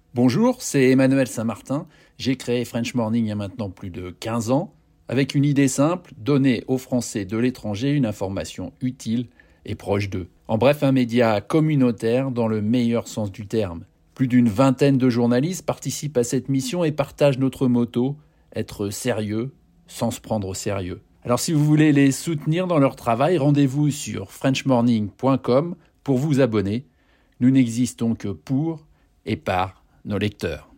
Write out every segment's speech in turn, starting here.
Bonjour, c'est Emmanuel Saint-Martin. J'ai créé French Morning il y a maintenant plus de 15 ans, avec une idée simple, donner aux Français de l'étranger une information utile et proche d'eux. En bref, un média communautaire dans le meilleur sens du terme. Plus d'une vingtaine de journalistes participent à cette mission et partagent notre motto, être sérieux sans se prendre au sérieux. Alors si vous voulez les soutenir dans leur travail, rendez-vous sur frenchmorning.com pour vous abonner. Nous n'existons que pour et par nos lecteurs.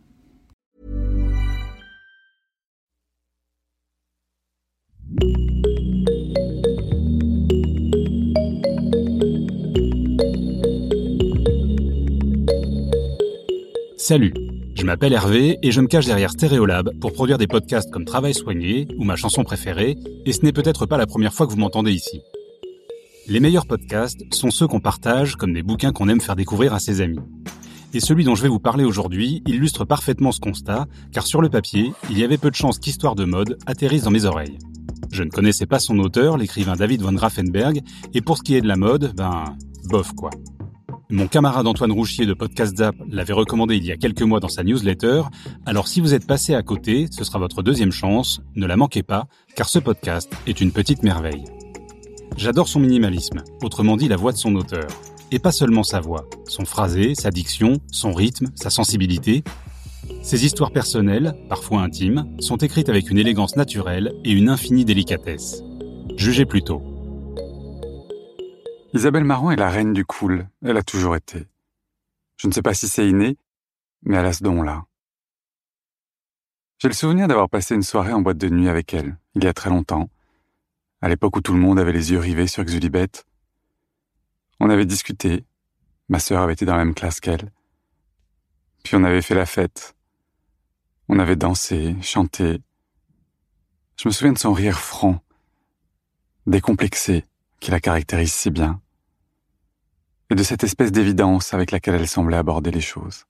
Salut, je m'appelle Hervé et je me cache derrière Stéréolab pour produire des podcasts comme Travail soigné ou ma chanson préférée, et ce n'est peut-être pas la première fois que vous m'entendez ici. Les meilleurs podcasts sont ceux qu'on partage comme des bouquins qu'on aime faire découvrir à ses amis. Et celui dont je vais vous parler aujourd'hui illustre parfaitement ce constat, car sur le papier, il y avait peu de chances qu'Histoire de mode atterrisse dans mes oreilles. Je ne connaissais pas son auteur, l'écrivain David von Grafenberg, et pour ce qui est de la mode, bof quoi. Mon camarade Antoine Rouchier de Podcast Zap l'avait recommandé il y a quelques mois dans sa newsletter, alors si vous êtes passé à côté, ce sera votre deuxième chance, ne la manquez pas, car ce podcast est une petite merveille. J'adore son minimalisme, autrement dit la voix de son auteur. Et pas seulement sa voix, son phrasé, sa diction, son rythme, sa sensibilité. Ses histoires personnelles, parfois intimes, sont écrites avec une élégance naturelle et une infinie délicatesse. Jugez plutôt. Isabelle Marant est la reine du cool, elle a toujours été. Je ne sais pas si c'est inné, mais elle a ce don-là. J'ai le souvenir d'avoir passé une soirée en boîte de nuit avec elle, il y a très longtemps, à l'époque où tout le monde avait les yeux rivés sur Xulibet. On avait discuté, ma sœur avait été dans la même classe qu'elle, puis on avait fait la fête. On avait dansé, chanté. Je me souviens de son rire franc, décomplexé, qui la caractérise si bien, et de cette espèce d'évidence avec laquelle elle semblait aborder les choses.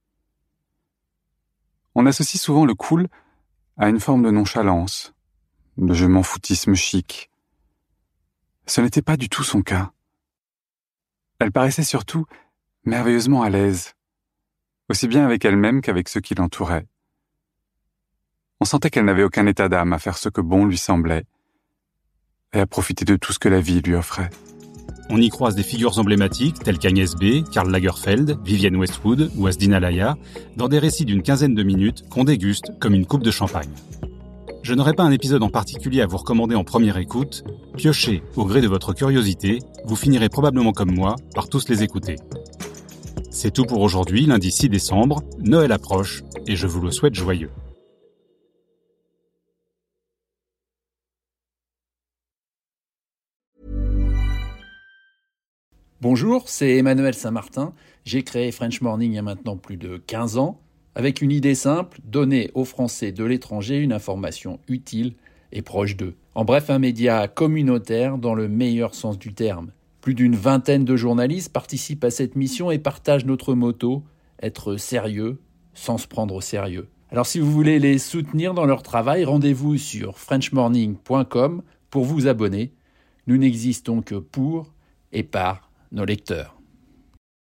On associe souvent le cool à une forme de nonchalance, de je m'en foutisme chic. Ce n'était pas du tout son cas. Elle paraissait surtout merveilleusement à l'aise, aussi bien avec elle-même qu'avec ceux qui l'entouraient. On sentait qu'elle n'avait aucun état d'âme à faire ce que bon lui semblait et à profiter de tout ce que la vie lui offrait. On y croise des figures emblématiques telles qu'Agnès B, Karl Lagerfeld, Vivienne Westwood ou Asdin Alaya, dans des récits d'une quinzaine de minutes qu'on déguste comme une coupe de champagne. Je n'aurai pas un épisode en particulier à vous recommander en première écoute. Piochez au gré de votre curiosité, vous finirez probablement comme moi par tous les écouter. C'est tout pour aujourd'hui, lundi 6 décembre, Noël approche et je vous le souhaite joyeux. Bonjour, c'est Emmanuel Saint-Martin. J'ai créé French Morning il y a maintenant plus de 15 ans, avec une idée simple, donner aux Français de l'étranger une information utile et proche d'eux. En bref, un média communautaire dans le meilleur sens du terme. Plus d'une vingtaine de journalistes participent à cette mission et partagent notre motto, être sérieux sans se prendre au sérieux. Alors si vous voulez les soutenir dans leur travail, rendez-vous sur frenchmorning.com pour vous abonner. Nous n'existons que pour et par nos lecteurs.